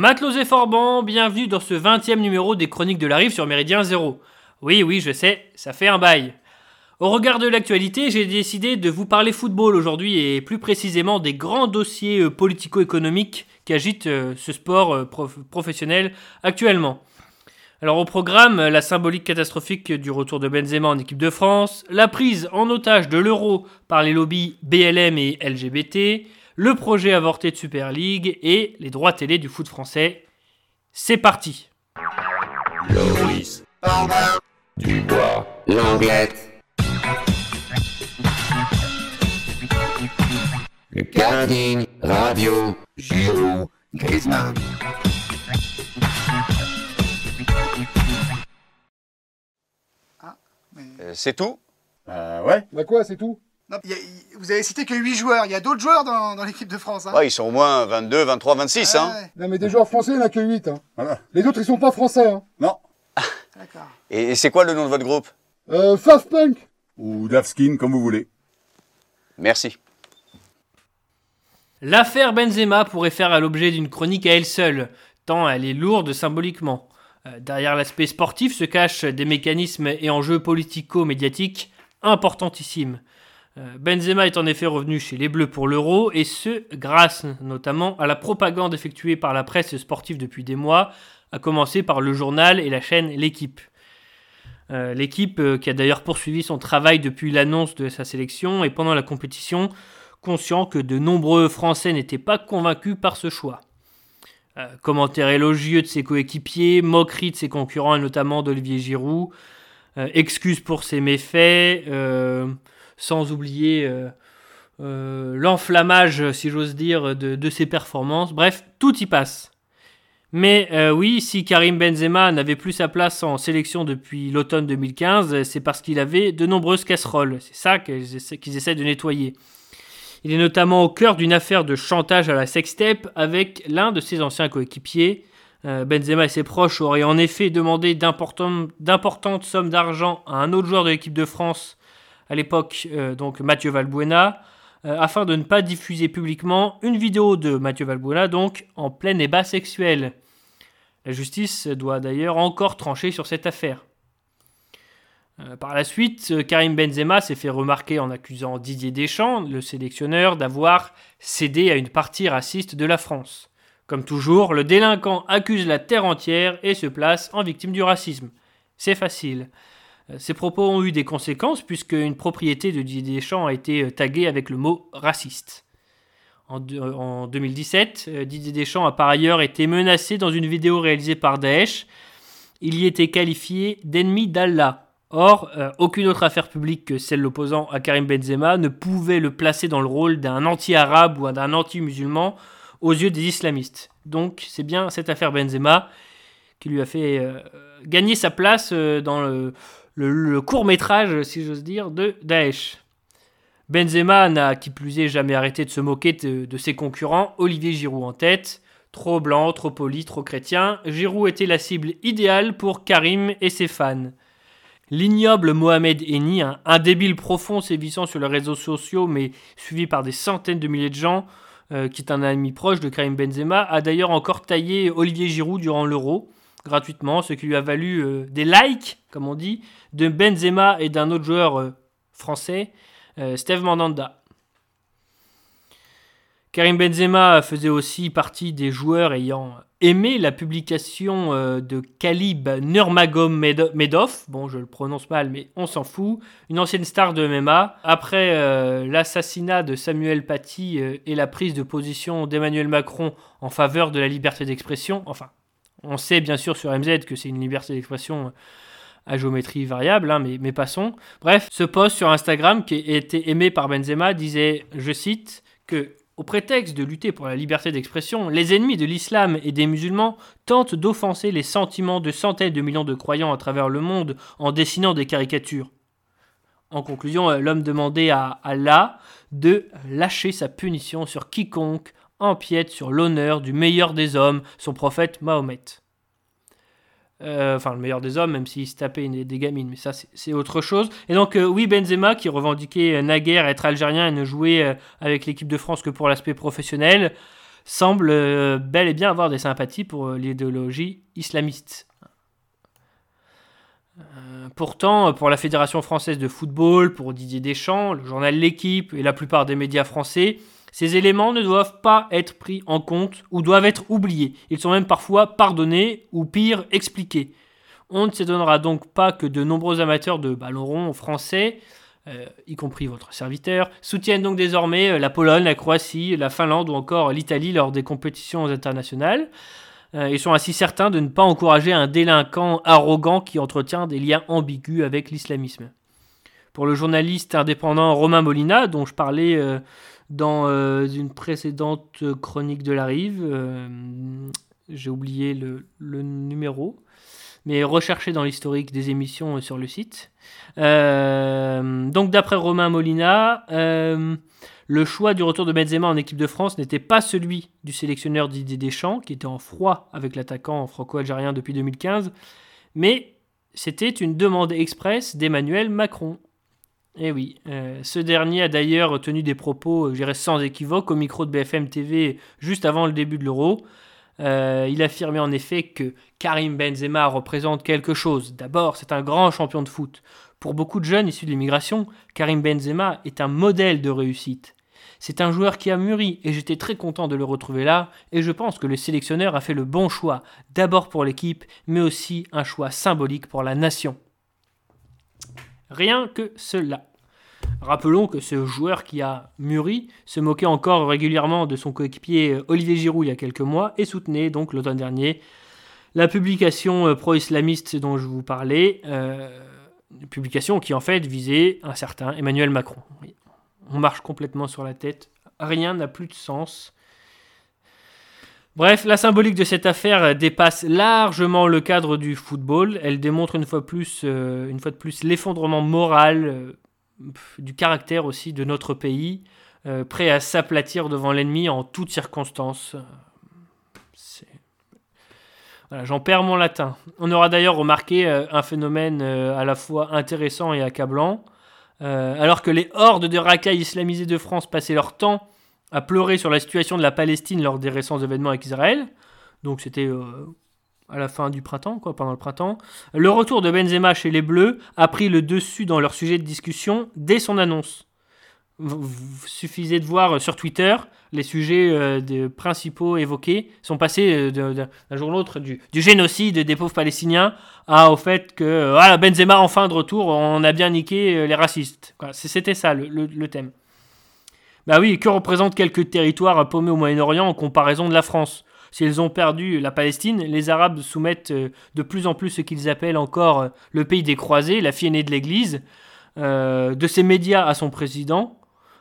Matelots et Forban, bienvenue dans ce 20e numéro des Chroniques de la Rive sur Méridien Zéro. Oui, je sais, ça fait un bail. Au regard de l'actualité, j'ai décidé de vous parler football aujourd'hui et plus précisément des grands dossiers politico-économiques qui agitent ce sport professionnel actuellement. Alors au programme, la symbolique catastrophique du retour de Benzema en équipe de France, la prise en otage de l'euro par les lobbies BLM et LGBT, le projet avorté de Super League et les droits télé du foot français. C'est parti. Loris, Dubois, Langlette. Le Carding, Radio, Giroud, Griezmann. C'est tout ? Ouais. Bah quoi, c'est tout? Non, vous avez cité que 8 joueurs, il y a d'autres joueurs dans l'équipe de France. Hein. Ouais, ils sont au moins 22, 23, 26. Hein. Ouais. Non mais des joueurs français, il n'y en a que 8. Hein. Voilà. Les autres, ils sont pas français. Hein. Non. D'accord. Et c'est quoi le nom de votre groupe ? Faf Punk. Ou Davskin, comme vous voulez. Merci. L'affaire Benzema pourrait faire à l'objet d'une chronique à elle seule, tant elle est lourde symboliquement. Derrière l'aspect sportif se cachent des mécanismes et enjeux politico-médiatiques importantissimes. Benzema est en effet revenu chez les Bleus pour l'Euro, et ce, grâce notamment à la propagande effectuée par la presse sportive depuis des mois, à commencer par le journal et la chaîne L'Équipe. L'Équipe qui a d'ailleurs poursuivi son travail depuis l'annonce de sa sélection et pendant la compétition, conscient que de nombreux Français n'étaient pas convaincus par ce choix. Commentaires élogieux de ses coéquipiers, moqueries de ses concurrents et notamment d'Olivier Giroud, excuses pour ses méfaits, sans oublier l'enflammage, si j'ose dire, de ses performances. Bref, tout y passe. Mais oui, si Karim Benzema n'avait plus sa place en sélection depuis l'automne 2015, c'est parce qu'il avait de nombreuses casseroles. C'est ça qu'ils essaient de nettoyer. Il est notamment au cœur d'une affaire de chantage à la sextape avec l'un de ses anciens coéquipiers. Benzema et ses proches auraient en effet demandé d'importantes sommes d'argent à un autre joueur de l'équipe de France, à l'époque donc Mathieu Valbuena, afin de ne pas diffuser publiquement une vidéo de Mathieu Valbuena donc en plein débat sexuel. La justice doit d'ailleurs encore trancher sur cette affaire. Par la suite, Karim Benzema s'est fait remarquer en accusant Didier Deschamps, le sélectionneur, d'avoir cédé à une partie raciste de la France. Comme toujours, le délinquant accuse la terre entière et se place en victime du racisme. C'est facile. Ces propos ont eu des conséquences puisque une propriété de Didier Deschamps a été taguée avec le mot raciste. En 2017, Didier Deschamps a par ailleurs été menacé dans une vidéo réalisée par Daesh. Il y était qualifié d'ennemi d'Allah. Or, aucune autre affaire publique que celle l'opposant à Karim Benzema ne pouvait le placer dans le rôle d'un anti-arabe ou d'un anti-musulman aux yeux des islamistes. Donc, c'est bien cette affaire Benzema qui lui a fait gagner sa place dans le court-métrage, si j'ose dire, de Daesh. Benzema n'a, qui plus est, jamais arrêté de se moquer de ses concurrents, Olivier Giroud en tête. Trop blanc, trop poli, trop chrétien, Giroud était la cible idéale pour Karim et ses fans. L'ignoble Mohamed Eni, un débile profond sévissant sur les réseaux sociaux mais suivi par des centaines de milliers de gens, qui est un ami proche de Karim Benzema, a d'ailleurs encore taillé Olivier Giroud durant l'Euro, gratuitement, ce qui lui a valu des likes, comme on dit, de Benzema et d'un autre joueur français, Steve Mandanda. Karim Benzema faisait aussi partie des joueurs ayant aimé la publication de Khalib Nurmagomedov, bon je le prononce mal mais on s'en fout, une ancienne star de MMA, après l'assassinat de Samuel Paty et la prise de position d'Emmanuel Macron en faveur de la liberté d'expression. Enfin, on sait bien sûr sur MZ que c'est une liberté d'expression à géométrie variable, mais passons. Bref, ce post sur Instagram qui a été aimé par Benzema disait, je cite, que au prétexte de lutter pour la liberté d'expression, les ennemis de l'islam et des musulmans tentent d'offenser les sentiments de centaines de millions de croyants à travers le monde en dessinant des caricatures. En conclusion, l'homme demandait à Allah de lâcher sa punition sur quiconque empiète sur l'honneur du meilleur des hommes, son prophète Mahomet. Enfin, le meilleur des hommes, même s'il se tapait des gamines, mais ça, c'est autre chose. Et donc, oui, Benzema, qui revendiquait naguère être algérien et ne jouer avec l'équipe de France que pour l'aspect professionnel, semble bel et bien avoir des sympathies pour l'idéologie islamiste. Pourtant, pour la Fédération française de football, pour Didier Deschamps, le journal L'Équipe et la plupart des médias français, ces éléments ne doivent pas être pris en compte ou doivent être oubliés. Ils sont même parfois pardonnés ou pire, expliqués. On ne s'étonnera donc pas que de nombreux amateurs de ballon rond français, y compris votre serviteur, soutiennent donc désormais la Pologne, la Croatie, la Finlande ou encore l'Italie lors des compétitions internationales. Ils sont ainsi certains de ne pas encourager un délinquant arrogant qui entretient des liens ambigus avec l'islamisme. Pour le journaliste indépendant Romain Molina, dont je parlais dans une précédente chronique de la Rive, j'ai oublié le numéro, mais recherchez dans l'historique des émissions sur le site. Donc d'après Romain Molina, le choix du retour de Benzema en équipe de France n'était pas celui du sélectionneur Didier Deschamps, qui était en froid avec l'attaquant franco-algérien depuis 2015, mais c'était une demande express d'Emmanuel Macron. Et oui, ce dernier a d'ailleurs tenu des propos, je dirais sans équivoque, au micro de BFM TV juste avant le début de l'Euro. Il affirmait en effet que Karim Benzema représente quelque chose. D'abord, c'est un grand champion de foot. Pour beaucoup de jeunes issus de l'immigration, Karim Benzema est un modèle de réussite. C'est un joueur qui a mûri et j'étais très content de le retrouver là et je pense que le sélectionneur a fait le bon choix, d'abord pour l'équipe, mais aussi un choix symbolique pour la nation. Rien que cela. Rappelons que ce joueur qui a mûri se moquait encore régulièrement de son coéquipier Olivier Giroud il y a quelques mois et soutenait donc l'automne dernier la publication pro-islamiste dont je vous parlais, une publication qui en fait visait un certain Emmanuel Macron. Oui. On marche complètement sur la tête, rien n'a plus de sens. Bref, la symbolique de cette affaire dépasse largement le cadre du football. Elle démontre une fois de plus l'effondrement moral du caractère aussi de notre pays, prêt à s'aplatir devant l'ennemi en toutes circonstances. Voilà, j'en perds mon latin. On aura d'ailleurs remarqué un phénomène à la fois intéressant et accablant. Alors que les hordes de racailles islamisées de France passaient leur temps à pleurer sur la situation de la Palestine lors des récents événements avec Israël, donc c'était à la fin du printemps, pendant le printemps, le retour de Benzema chez les Bleus a pris le dessus dans leur sujet de discussion dès son annonce. Vous suffisait de voir sur Twitter, les sujets principaux évoqués sont passés d'un jour à l'autre du génocide des pauvres Palestiniens au fait que Benzema enfin de retour, on a bien niqué les racistes. C'était ça le thème. Bah oui, que représentent quelques territoires paumés au Moyen-Orient en comparaison de la France ? S'ils ont perdu la Palestine, les Arabes soumettent de plus en plus ce qu'ils appellent encore le pays des croisés, la fille aînée de l'Église, de ses médias à son président.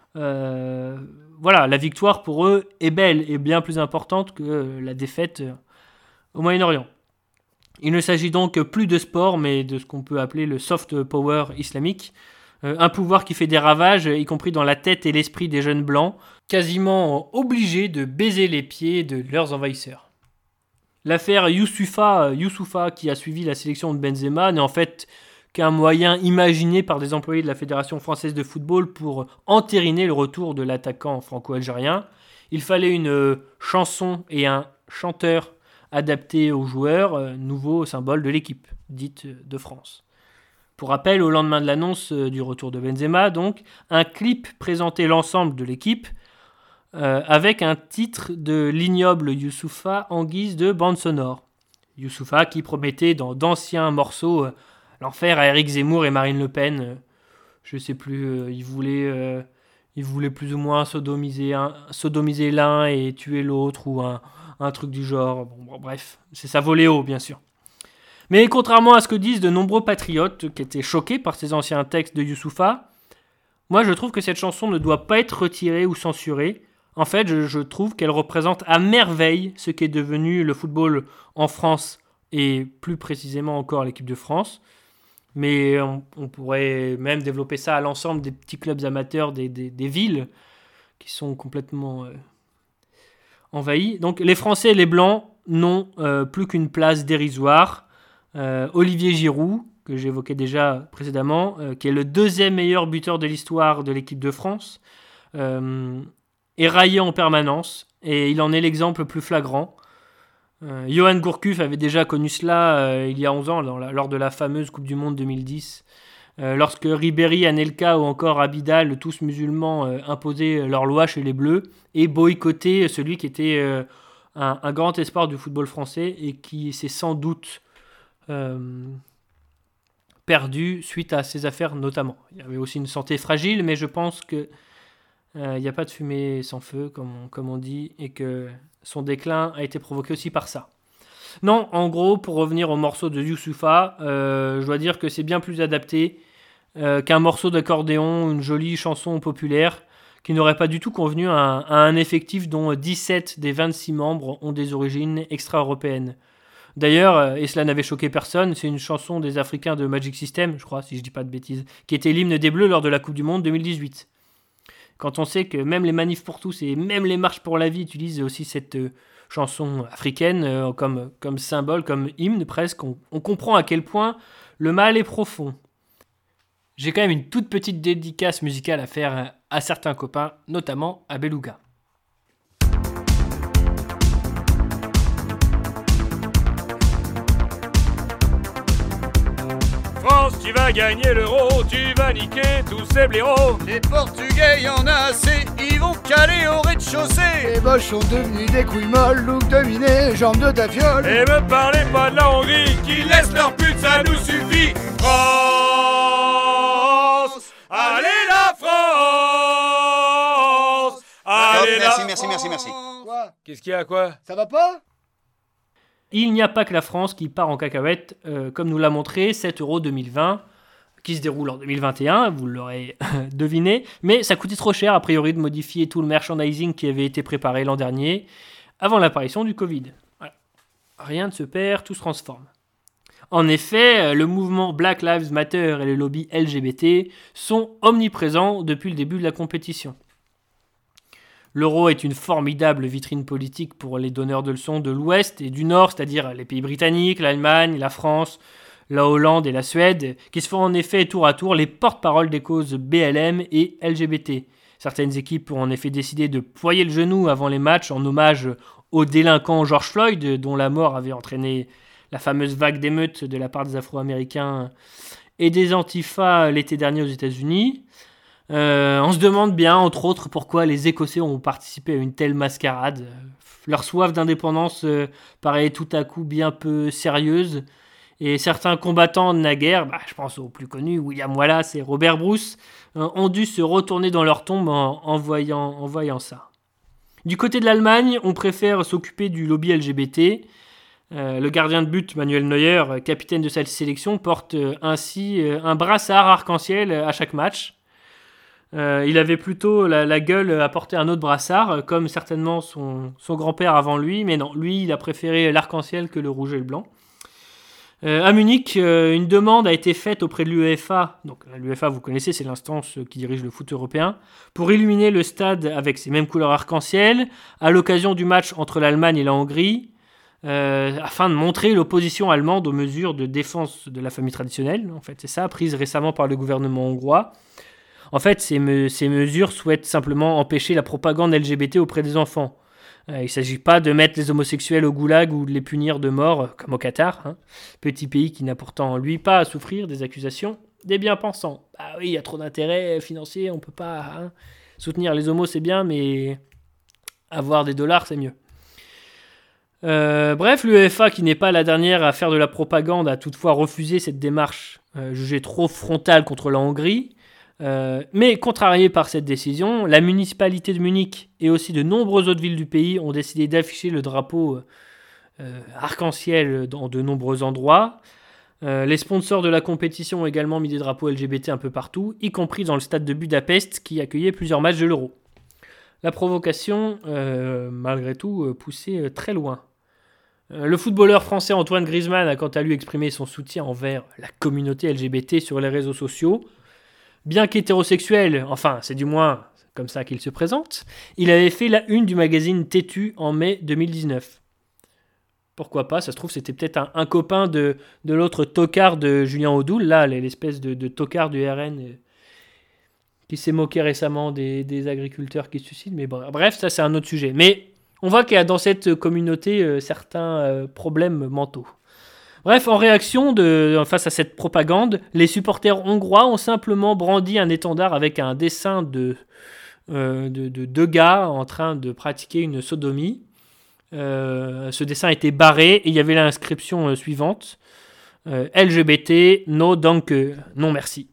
Voilà, la victoire pour eux est belle et bien plus importante que la défaite au Moyen-Orient. Il ne s'agit donc plus de sport, mais de ce qu'on peut appeler le soft power islamique. Un pouvoir qui fait des ravages, y compris dans la tête et l'esprit des jeunes blancs, quasiment obligés de baiser les pieds de leurs envahisseurs. L'affaire Youssoufa qui a suivi la sélection de Benzema n'est en fait qu'un moyen imaginé par des employés de la Fédération française de football pour entériner le retour de l'attaquant franco-algérien. Il fallait une chanson et un chanteur adaptés aux joueurs, nouveau symbole de l'équipe, dite de France. Pour rappel, au lendemain de l'annonce du retour de Benzema, donc, un clip présentait l'ensemble de l'équipe avec un titre de l'ignoble Youssoufa en guise de bande sonore. Youssoufa qui promettait dans d'anciens morceaux l'enfer à Éric Zemmour et Marine Le Pen. Je sais plus, il voulait plus ou moins sodomiser l'un et tuer l'autre ou un truc du genre. Bon, bref, c'est ça volait haut, bien sûr. Mais contrairement à ce que disent de nombreux patriotes qui étaient choqués par ces anciens textes de Youssoufa, moi je trouve que cette chanson ne doit pas être retirée ou censurée. En fait, je trouve qu'elle représente à merveille ce qu'est devenu le football en France et plus précisément encore l'équipe de France. Mais on pourrait même développer ça à l'ensemble des petits clubs amateurs des villes qui sont complètement envahis. Donc les Français et les Blancs n'ont plus qu'une place dérisoire. Olivier Giroud, que j'évoquais déjà précédemment, qui est le deuxième meilleur buteur de l'histoire de l'équipe de France, est raillé en permanence, et il en est l'exemple le plus flagrant. Johan Gourcuff avait déjà connu cela il y a 11 ans, lors de la fameuse Coupe du Monde 2010, lorsque Ribéry, Anelka ou encore Abidal, tous musulmans, imposaient leur loi chez les Bleus et boycottaient celui qui était un grand espoir du football français et qui s'est sans doute perdu suite à ces affaires notamment. Il y avait aussi une santé fragile, mais je pense que il n'y a pas de fumée sans feu, comme on dit, et que son déclin a été provoqué aussi par ça. Non, en gros, pour revenir au morceau de Youssoupha, je dois dire que c'est bien plus adapté qu'un morceau d'accordéon, une jolie chanson populaire, qui n'aurait pas du tout convenu à un effectif dont 17 des 26 membres ont des origines extra-européennes. D'ailleurs, et cela n'avait choqué personne, c'est une chanson des Africains de Magic System, je crois, si je dis pas de bêtises, qui était l'hymne des Bleus lors de la Coupe du Monde 2018. Quand on sait que même les manifs pour tous et même les marches pour la vie utilisent aussi cette chanson africaine comme symbole, comme hymne presque, on comprend à quel point le mal est profond. J'ai quand même une toute petite dédicace musicale à faire à certains copains, notamment à Beluga. France, tu vas gagner l'euro, tu vas niquer tous ces blaireaux. Les Portugais, y en a assez, ils vont caler au rez-de-chaussée. Les Boches sont devenus des couilles molles, look dominé, jambes de ta fiole. Et me parlez pas de la Hongrie, qui laisse leur pute, ça nous suffit. France, allez la France, allez la Merci. Quoi? Qu'est-ce qu'il y a, quoi? Ça va pas? Il n'y a pas que la France qui part en cacahuète, comme nous l'a montré cet Euro 2020, qui se déroule en 2021, vous l'aurez deviné, mais ça coûtait trop cher a priori de modifier tout le merchandising qui avait été préparé l'an dernier, avant l'apparition du Covid. Voilà. Rien ne se perd, tout se transforme. En effet, le mouvement Black Lives Matter et le lobby LGBT sont omniprésents depuis le début de la compétition. L'euro est une formidable vitrine politique pour les donneurs de leçons de l'Ouest et du Nord, c'est-à-dire les pays britanniques, l'Allemagne, la France, la Hollande et la Suède, qui se font en effet tour à tour les porte-paroles des causes BLM et LGBT. Certaines équipes ont en effet décidé de ployer le genou avant les matchs en hommage au délinquant George Floyd, dont la mort avait entraîné la fameuse vague d'émeutes de la part des Afro-Américains et des Antifas l'été dernier aux États-Unis. On se demande bien, entre autres, pourquoi les Écossais ont participé à une telle mascarade. Leur soif d'indépendance paraît tout à coup bien peu sérieuse. Et certains combattants de naguère, je pense aux plus connus, William Wallace et Robert Bruce, ont dû se retourner dans leur tombe en voyant ça. Du côté de l'Allemagne, on préfère s'occuper du lobby LGBT. Le gardien de but, Manuel Neuer, capitaine de cette sélection, porte ainsi un brassard arc-en-ciel à chaque match. Il avait plutôt la gueule à porter un autre brassard, comme certainement son grand-père avant lui, mais non, lui, il a préféré l'arc-en-ciel que le rouge et le blanc. À Munich, une demande a été faite auprès de l'UEFA, donc l'UEFA, vous connaissez, c'est l'instance qui dirige le foot européen, pour illuminer le stade avec ces mêmes couleurs arc-en-ciel, à l'occasion du match entre l'Allemagne et la Hongrie, afin de montrer l'opposition allemande aux mesures de défense de la famille traditionnelle. En fait, c'est ça, prises récemment par le gouvernement hongrois. En fait, ces mesures souhaitent simplement empêcher la propagande LGBT auprès des enfants. Il ne s'agit pas de mettre les homosexuels au goulag ou de les punir de mort, comme au Qatar, petit pays qui n'a pourtant, lui, pas à souffrir des accusations des bien-pensants. Ah oui, il y a trop d'intérêts financiers, on ne peut pas soutenir les homos, c'est bien, mais avoir des dollars, c'est mieux. Bref, l'UEFA, qui n'est pas la dernière à faire de la propagande, a toutefois refusé cette démarche jugée trop frontale contre la Hongrie. Mais contrariée par cette décision, la municipalité de Munich et aussi de nombreuses autres villes du pays ont décidé d'afficher le drapeau arc-en-ciel dans de nombreux endroits. Les sponsors de la compétition ont également mis des drapeaux LGBT un peu partout, y compris dans le stade de Budapest qui accueillait plusieurs matchs de l'Euro. La provocation, malgré tout, poussait très loin. Le footballeur français Antoine Griezmann a quant à lui exprimé son soutien envers la communauté LGBT sur les réseaux sociaux. Bien qu'hétérosexuel, enfin c'est du moins comme ça qu'il se présente, il avait fait la une du magazine Têtu en mai 2019. Pourquoi pas, ça se trouve c'était peut-être un copain de l'autre tocard de Julien Audoul, là l'espèce de tocard du RN qui s'est moqué récemment des agriculteurs qui se suicident. Mais bref, ça c'est un autre sujet. Mais on voit qu'il y a dans cette communauté certains problèmes mentaux. Bref, en réaction face à cette propagande, les supporters hongrois ont simplement brandi un étendard avec un dessin de deux gars en train de pratiquer une sodomie. Ce dessin a été barré et il y avait l'inscription suivante. LGBT, no danke, non merci.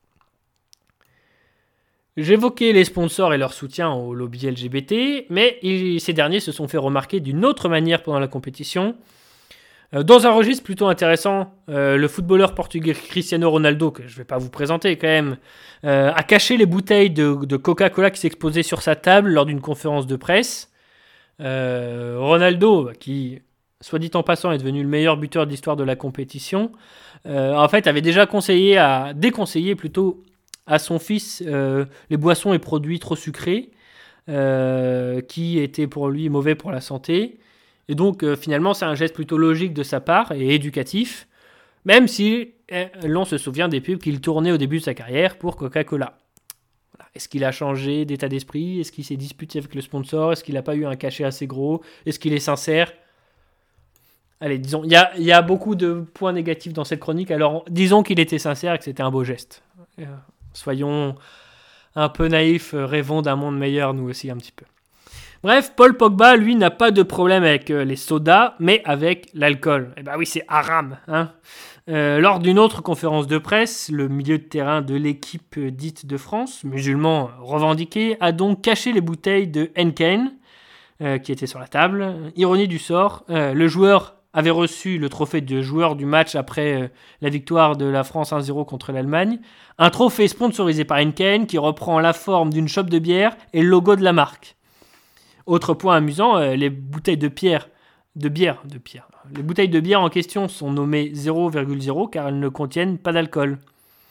J'évoquais les sponsors et leur soutien au lobby LGBT, mais ces derniers se sont fait remarquer d'une autre manière pendant la compétition. Dans un registre plutôt intéressant, le footballeur portugais Cristiano Ronaldo, que je ne vais pas vous présenter quand même, a caché les bouteilles de Coca-Cola qui s'exposaient sur sa table lors d'une conférence de presse. Ronaldo, qui, soit dit en passant, est devenu le meilleur buteur de l'histoire de la compétition, en fait avait déjà déconseillé plutôt à son fils les boissons et produits trop sucrés qui étaient pour lui mauvais pour la santé. Et donc, finalement, c'est un geste plutôt logique de sa part et éducatif, même si l'on se souvient des pubs qu'il tournait au début de sa carrière pour Coca-Cola. Voilà. Est-ce qu'il a changé d'état d'esprit ? Est-ce qu'il s'est disputé avec le sponsor ? Est-ce qu'il n'a pas eu un cachet assez gros ? Est-ce qu'il est sincère ? Allez, disons, il y a beaucoup de points négatifs dans cette chronique, alors disons qu'il était sincère et que c'était un beau geste. Soyons un peu naïfs, rêvons d'un monde meilleur, nous aussi, un petit peu. Bref, Paul Pogba, lui, n'a pas de problème avec les sodas, mais avec l'alcool. Eh ben oui, c'est haram. Hein. Lors d'une autre conférence de presse, le milieu de terrain de l'équipe dite de France, musulman revendiqué, a donc caché les bouteilles de Heineken qui étaient sur la table. Ironie du sort, le joueur avait reçu le trophée de joueur du match après la victoire de la France 1-0 contre l'Allemagne. Un trophée sponsorisé par Heineken qui reprend la forme d'une chope de bière et le logo de la marque. Autre point amusant, les bouteilles de bière. Les bouteilles de bière en question sont nommées 0,0 car elles ne contiennent pas d'alcool.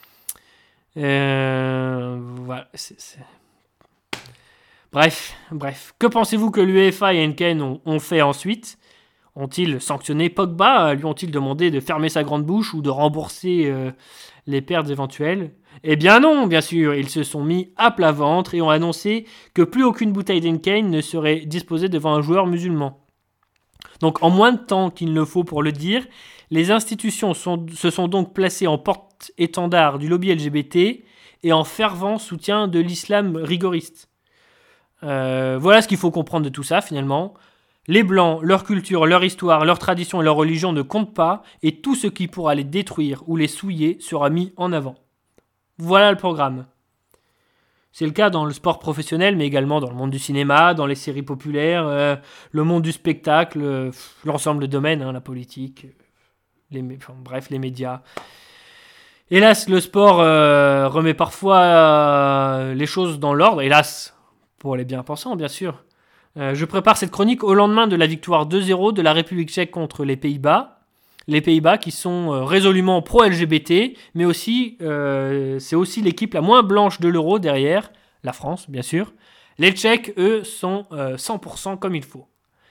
Voilà. Bref. Que pensez-vous que l'UEFA et Heineken ont fait ensuite ? Ont-ils sanctionné Pogba ? Lui ont-ils demandé de fermer sa grande bouche ou de rembourser les pertes éventuelles ? Eh bien non, bien sûr, ils se sont mis à plat ventre et ont annoncé que plus aucune bouteille d'Heineken ne serait disposée devant un joueur musulman. Donc en moins de temps qu'il ne le faut pour le dire, les institutions se sont donc placées en porte-étendard du lobby LGBT et en fervent soutien de l'islam rigoriste. Voilà ce qu'il faut comprendre de tout ça finalement. Les Blancs, leur culture, leur histoire, leur tradition et leur religion ne comptent pas et tout ce qui pourra les détruire ou les souiller sera mis en avant. Voilà le programme. C'est le cas dans le sport professionnel, mais également dans le monde du cinéma, dans les séries populaires, le monde du spectacle, l'ensemble de domaines, la politique, les médias. Hélas, le sport remet parfois les choses dans l'ordre, hélas, pour les bien-pensants, bien sûr. Je prépare cette chronique au lendemain de la victoire 2-0 de la République tchèque contre les Pays-Bas. Les Pays-Bas qui sont résolument pro-LGBT, mais aussi, c'est aussi l'équipe la moins blanche de l'Euro derrière, la France bien sûr. Les Tchèques, eux, sont 100% comme il faut.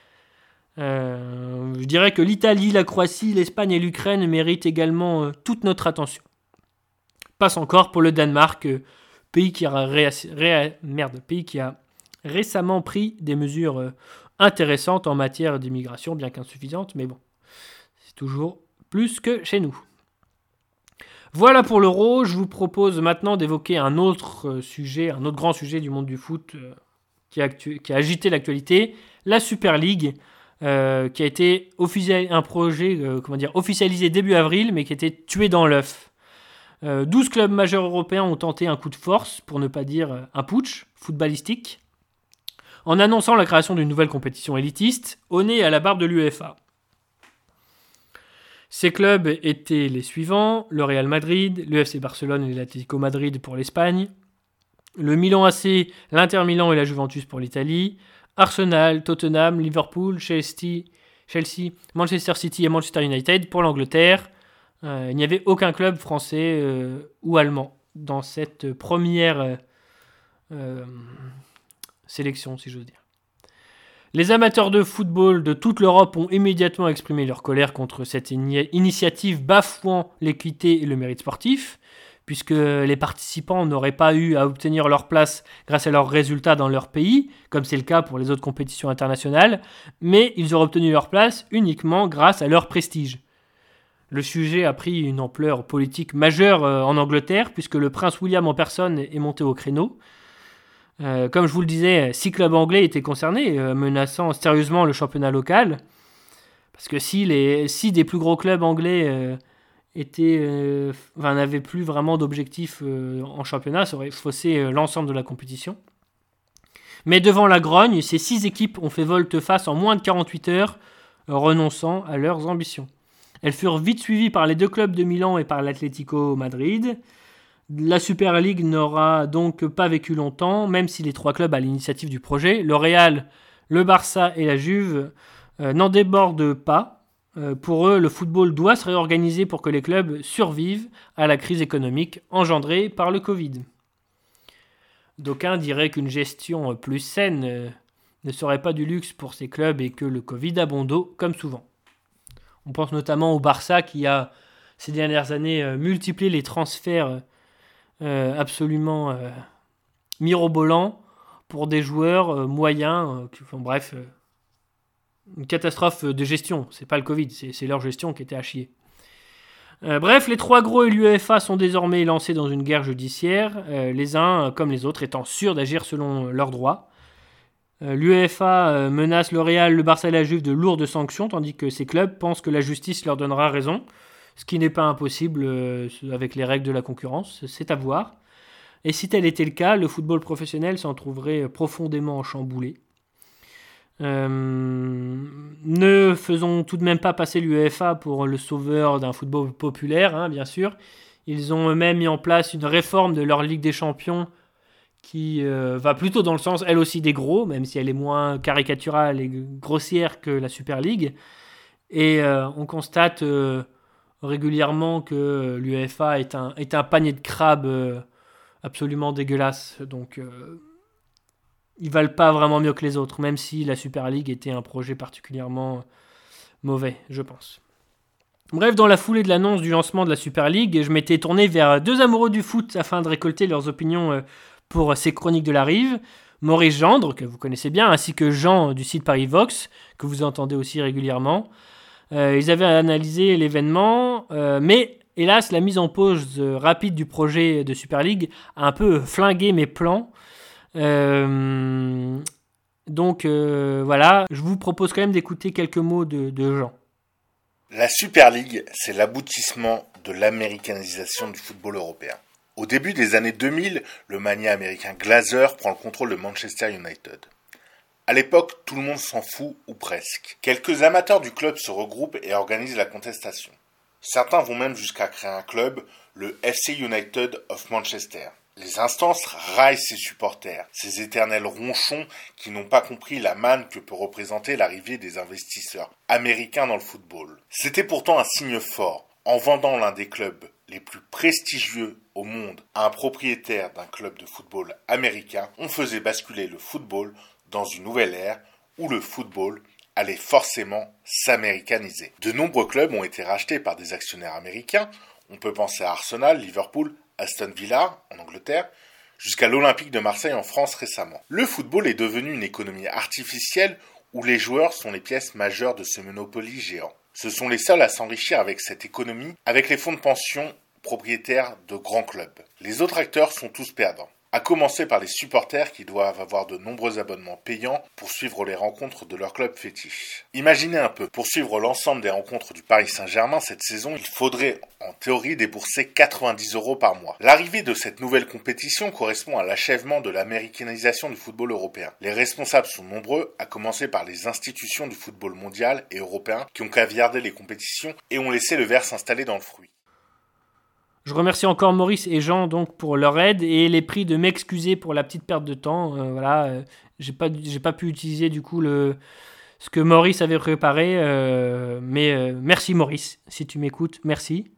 Je dirais que l'Italie, la Croatie, l'Espagne et l'Ukraine méritent également toute notre attention. Passe encore pour le Danemark, pays qui a récemment pris des mesures intéressantes en matière d'immigration, bien qu'insuffisantes, mais bon. Toujours plus que chez nous. Voilà pour l'Euro. Je vous propose maintenant d'évoquer un autre grand sujet du monde du foot qui a agité l'actualité, la Super League, qui a été un projet officialisé début avril, mais qui a été tué dans l'œuf. 12 clubs majeurs européens ont tenté un coup de force, pour ne pas dire un putsch footballistique, en annonçant la création d'une nouvelle compétition élitiste, au nez et à la barbe de l'UEFA. Ces clubs étaient les suivants, le Real Madrid, le FC Barcelone et l'Atlético Madrid pour l'Espagne, le Milan AC, l'Inter Milan et la Juventus pour l'Italie, Arsenal, Tottenham, Liverpool, Chelsea, Manchester City et Manchester United pour l'Angleterre. Il n'y avait aucun club français ou allemand dans cette première sélection, si j'ose dire. Les amateurs de football de toute l'Europe ont immédiatement exprimé leur colère contre cette initiative bafouant l'équité et le mérite sportif, puisque les participants n'auraient pas eu à obtenir leur place grâce à leurs résultats dans leur pays, comme c'est le cas pour les autres compétitions internationales, mais ils auraient obtenu leur place uniquement grâce à leur prestige. Le sujet a pris une ampleur politique majeure en Angleterre, puisque le prince William en personne est monté au créneau. Comme je vous le disais, 6 clubs anglais étaient concernés, menaçant sérieusement le championnat local. Parce que si des plus gros clubs anglais n'avaient plus vraiment d'objectifs en championnat, ça aurait faussé l'ensemble de la compétition. Mais devant la grogne, ces 6 équipes ont fait volte-face en moins de 48 heures, renonçant à leurs ambitions. Elles furent vite suivies par les 2 clubs de Milan et par l'Atlético Madrid. La Super League n'aura donc pas vécu longtemps, même si les 3 clubs à l'initiative du projet, le Real, le Barça et la Juve, n'en débordent pas. Pour eux, le football doit se réorganiser pour que les clubs survivent à la crise économique engendrée par le Covid. D'aucuns diraient qu'une gestion plus saine ne serait pas du luxe pour ces clubs et que le Covid a bon dos, comme souvent. On pense notamment au Barça qui a, ces dernières années, multiplié les transferts absolument mirobolants pour des joueurs moyens. Une catastrophe de gestion. C'est pas le Covid, c'est leur gestion qui était à chier. Bref, les 3 gros et l'UEFA sont désormais lancés dans une guerre judiciaire, les uns comme les autres étant sûrs d'agir selon leurs droits. L'UEFA menace le Real, le Barça et la Juve de lourdes sanctions, tandis que ces clubs pensent que la justice leur donnera raison, ce qui n'est pas impossible avec les règles de la concurrence, c'est à voir. Et si tel était le cas, le football professionnel s'en trouverait profondément chamboulé. Ne faisons tout de même pas passer l'UEFA pour le sauveur d'un football populaire, bien sûr. Ils ont eux-mêmes mis en place une réforme de leur Ligue des Champions qui va plutôt dans le sens, elle aussi, des gros, même si elle est moins caricaturale et grossière que la Super League. Et on constate régulièrement que l'UEFA est un panier de crabes absolument dégueulasse. Donc, ils valent pas vraiment mieux que les autres, même si la Super League était un projet particulièrement mauvais, je pense. Bref, dans la foulée de l'annonce du lancement de la Super League, je m'étais tourné vers 2 amoureux du foot afin de récolter leurs opinions pour ces chroniques de la Rive. Maurice Gendre, que vous connaissez bien, ainsi que Jean du site Paris Vox, que vous entendez aussi régulièrement. Ils avaient analysé l'événement, mais hélas, la mise en pause rapide du projet de Super League a un peu flingué mes plans. Donc voilà, je vous propose quand même d'écouter quelques mots de Jean. La Super League, c'est l'aboutissement de l'américanisation du football européen. Au début des années 2000, le magnat américain Glazer prend le contrôle de Manchester United. À l'époque, tout le monde s'en fout, ou presque. Quelques amateurs du club se regroupent et organisent la contestation. Certains vont même jusqu'à créer un club, le FC United of Manchester. Les instances raillent ses supporters, ces éternels ronchons qui n'ont pas compris la manne que peut représenter l'arrivée des investisseurs américains dans le football. C'était pourtant un signe fort. En vendant l'un des clubs les plus prestigieux au monde à un propriétaire d'un club de football américain, on faisait basculer le football dans une nouvelle ère où le football allait forcément s'américaniser. De nombreux clubs ont été rachetés par des actionnaires américains. On peut penser à Arsenal, Liverpool, Aston Villa en Angleterre, jusqu'à l'Olympique de Marseille en France récemment. Le football est devenu une économie artificielle où les joueurs sont les pièces majeures de ce Monopoly géant. Ce sont les seuls à s'enrichir avec cette économie, avec les fonds de pension propriétaires de grands clubs. Les autres acteurs sont tous perdants. À commencer par les supporters qui doivent avoir de nombreux abonnements payants pour suivre les rencontres de leur club fétiche. Imaginez un peu, pour suivre l'ensemble des rencontres du Paris Saint-Germain cette saison, il faudrait en théorie débourser 90 € par mois. L'arrivée de cette nouvelle compétition correspond à l'achèvement de l'américanisation du football européen. Les responsables sont nombreux, à commencer par les institutions du football mondial et européen qui ont caviardé les compétitions et ont laissé le ver s'installer dans le fruit. Je remercie encore Maurice et Jean donc pour leur aide et les prie de m'excuser pour la petite perte de temps. J'ai pas pu utiliser du coup ce que Maurice avait préparé, mais merci Maurice, si tu m'écoutes, merci.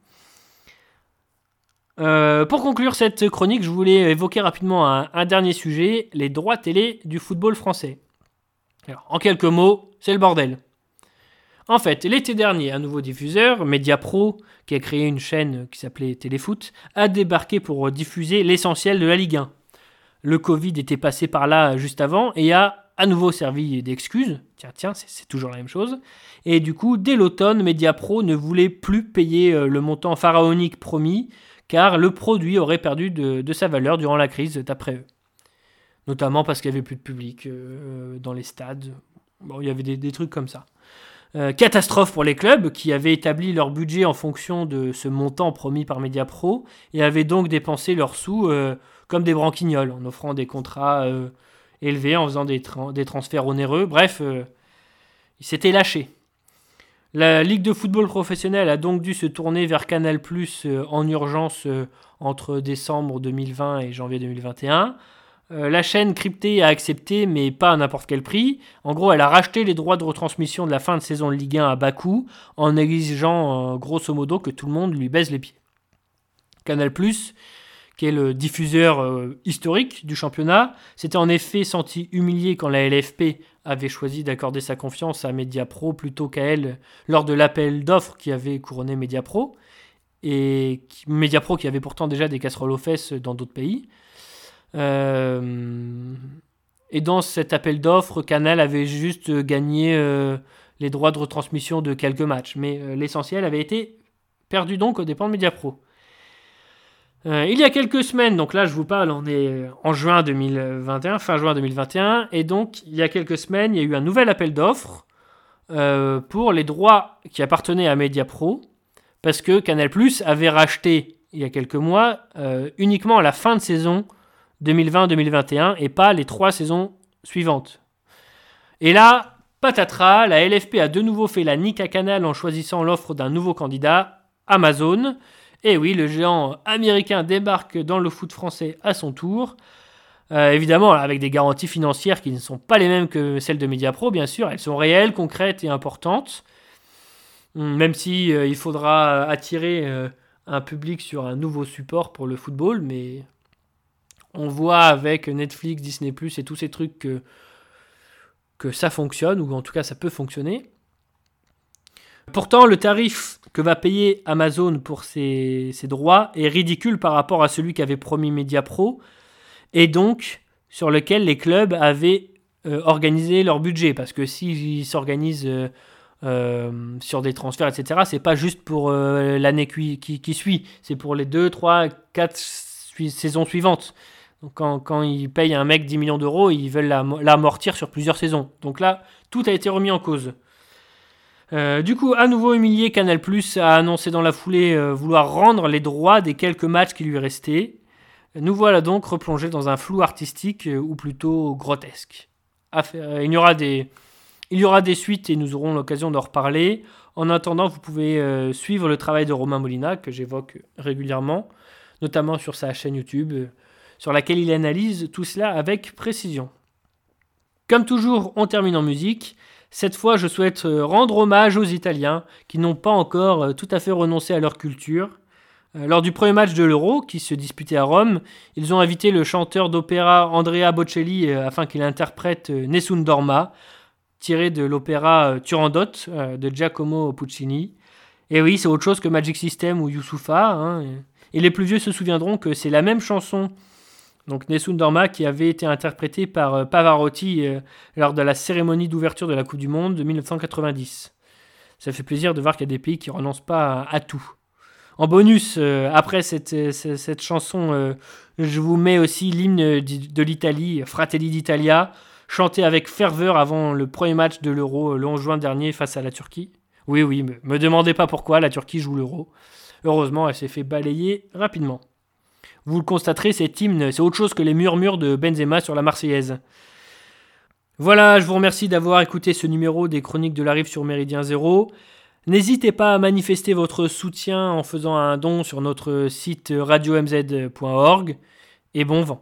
Pour conclure cette chronique, je voulais évoquer rapidement un dernier sujet, les droits télé du football français. Alors, en quelques mots, c'est le bordel. En fait, l'été dernier, un nouveau diffuseur, Mediapro, qui a créé une chaîne qui s'appelait Téléfoot, a débarqué pour diffuser l'essentiel de la Ligue 1. Le Covid était passé par là juste avant et a à nouveau servi d'excuse. Tiens, c'est toujours la même chose. Et du coup, dès l'automne, Mediapro ne voulait plus payer le montant pharaonique promis, car le produit aurait perdu de sa valeur durant la crise, d'après eux. Notamment parce qu'il n'y avait plus de public dans les stades. Bon, il y avait des trucs comme ça. Catastrophe pour les clubs qui avaient établi leur budget en fonction de ce montant promis par Mediapro et avaient donc dépensé leurs sous comme des branquignoles en offrant des contrats élevés, en faisant des transferts onéreux. Bref, ils s'étaient lâchés. La Ligue de football professionnel a donc dû se tourner vers Canal+ en urgence entre décembre 2020 et janvier 2021. La chaîne cryptée a accepté, mais pas à n'importe quel prix. En gros, elle a racheté les droits de retransmission de la fin de saison de Ligue 1 à bas coût, en exigeant grosso modo que tout le monde lui baise les pieds. Canal+, qui est le diffuseur historique du championnat, s'était en effet senti humilié quand la LFP avait choisi d'accorder sa confiance à Mediapro plutôt qu'à elle lors de l'appel d'offres qui avait couronné Mediapro, et Mediapro qui avait pourtant déjà des casseroles aux fesses dans d'autres pays. Et dans cet appel d'offres, Canal avait juste gagné les droits de retransmission de quelques matchs, mais l'essentiel avait été perdu donc aux dépens de Mediapro. Il y a quelques semaines, donc là je vous parle, on est en juin 2021, fin juin 2021, et donc il y a quelques semaines, il y a eu un nouvel appel d'offres pour les droits qui appartenaient à Mediapro, parce que Canal+ avait racheté il y a quelques mois uniquement à la fin de saison 2020-2021 et pas les 3 saisons suivantes. Et là, patatras, la LFP a de nouveau fait la nique à Canal en choisissant l'offre d'un nouveau candidat, Amazon. Et oui, le géant américain débarque dans le foot français à son tour. Évidemment, avec des garanties financières qui ne sont pas les mêmes que celles de Mediapro, bien sûr. Elles sont réelles, concrètes et importantes. Même si il faudra attirer un public sur un nouveau support pour le football, mais on voit avec Netflix, Disney+, et tous ces trucs que ça fonctionne, ou en tout cas ça peut fonctionner. Pourtant, le tarif que va payer Amazon pour ses droits est ridicule par rapport à celui qu'avait promis Mediapro, et donc sur lequel les clubs avaient organisé leur budget. Parce que s'ils s'organisent sur des transferts, etc., c'est pas juste pour l'année qui suit, c'est pour les 2, 3, 4 saisons suivantes. Donc quand ils payent un mec 10 millions d'euros, ils veulent l'amortir sur plusieurs saisons. Donc là, tout a été remis en cause. Du coup, à nouveau humilié, Canal+ a annoncé dans la foulée vouloir rendre les droits des quelques matchs qui lui restaient. Nous voilà donc replongés dans un flou artistique ou plutôt grotesque. Il y aura des suites et nous aurons l'occasion d'en reparler. En attendant, vous pouvez suivre le travail de Romain Molina que j'évoque régulièrement, notamment sur sa chaîne YouTube, sur laquelle il analyse tout cela avec précision. Comme toujours, on termine en musique. Cette fois, je souhaite rendre hommage aux Italiens qui n'ont pas encore tout à fait renoncé à leur culture. Lors du premier match de l'Euro, qui se disputait à Rome, ils ont invité le chanteur d'opéra Andrea Bocelli afin qu'il interprète Nessun Dorma, tiré de l'opéra Turandot de Giacomo Puccini. Et oui, c'est autre chose que Magic System ou Youssoupha, hein. Et les plus vieux se souviendront que c'est la même chanson, donc Nessun Dorma, qui avait été interprétée par Pavarotti lors de la cérémonie d'ouverture de la Coupe du Monde de 1990. Ça fait plaisir de voir qu'il y a des pays qui ne renoncent pas à tout. En bonus, après cette chanson, je vous mets aussi l'hymne de l'Italie, Fratelli d'Italia, chanté avec ferveur avant le premier match de l'Euro le 11 juin dernier face à la Turquie. Oui, me demandez pas pourquoi, la Turquie joue l'Euro. Heureusement, elle s'est fait balayer rapidement. Vous le constaterez, cet hymne, c'est autre chose que les murmures de Benzema sur la Marseillaise. Voilà, je vous remercie d'avoir écouté ce numéro des Chroniques de la Rive sur Méridien Zéro. N'hésitez pas à manifester votre soutien en faisant un don sur notre site radiomz.org. Et bon vent.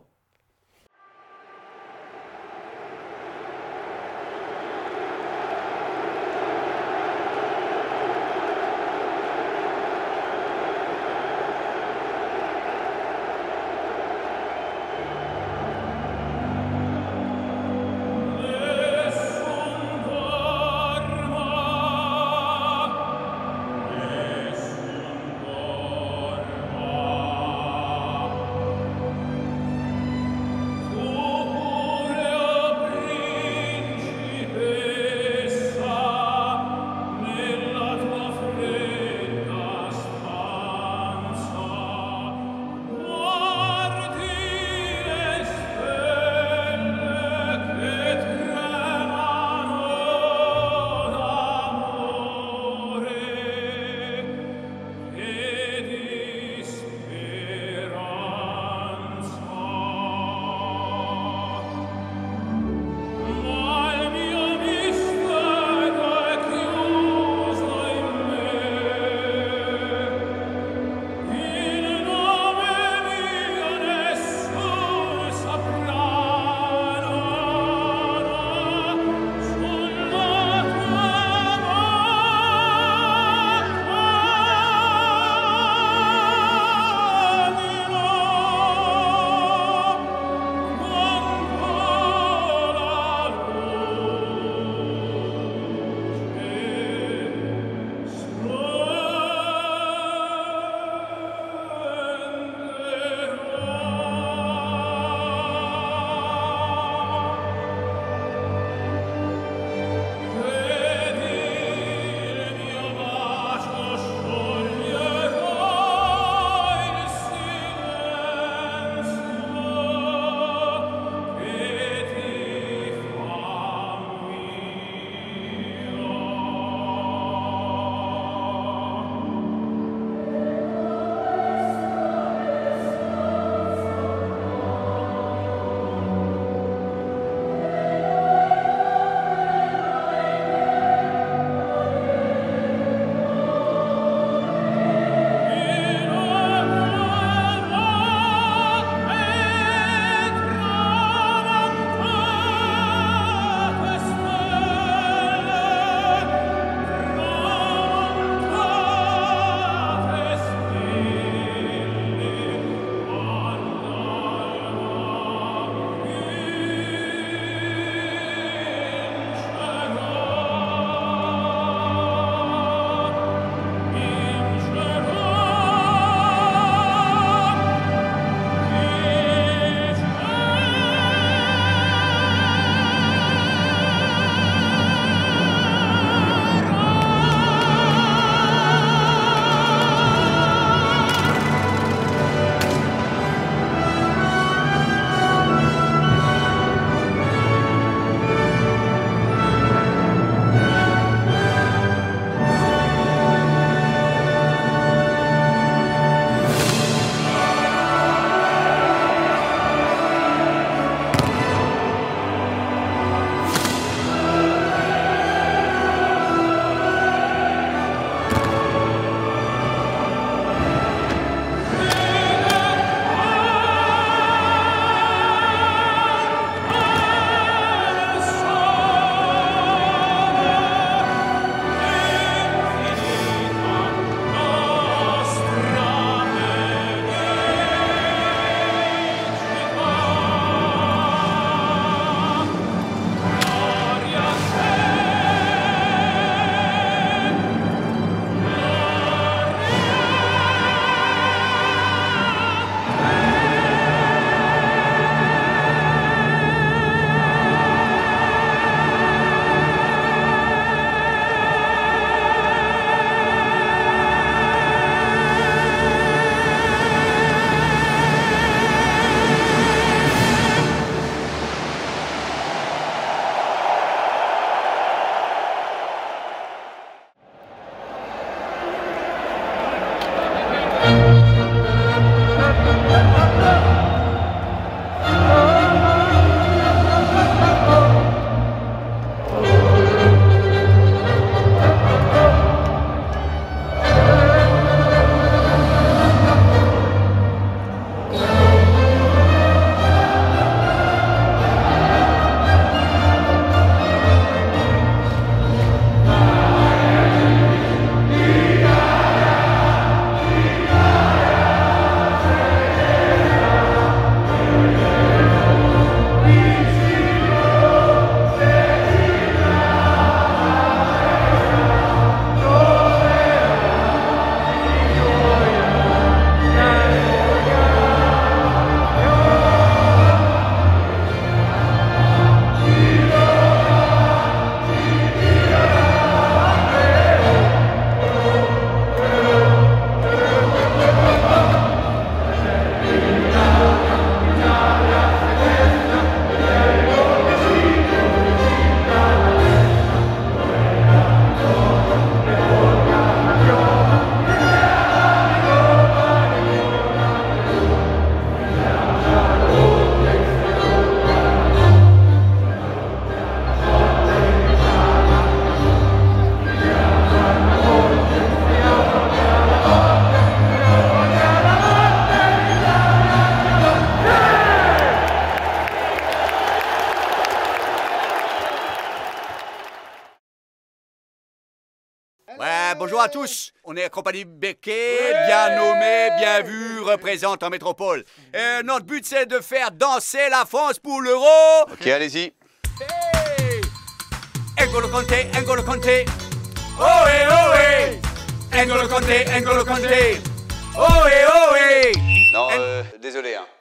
Ouais, bonjour à tous. On est la compagnie Becquet, bien nommé, bien vu, représente en métropole. Et notre but, c'est de faire danser la France pour l'Euro. Ok, allez-y. Hey N'Golo Kanté, N'Golo Kanté. Ohé, ohé. N'Golo Kanté, N'Golo Kanté. Ohé, ohé. Non, désolé, hein.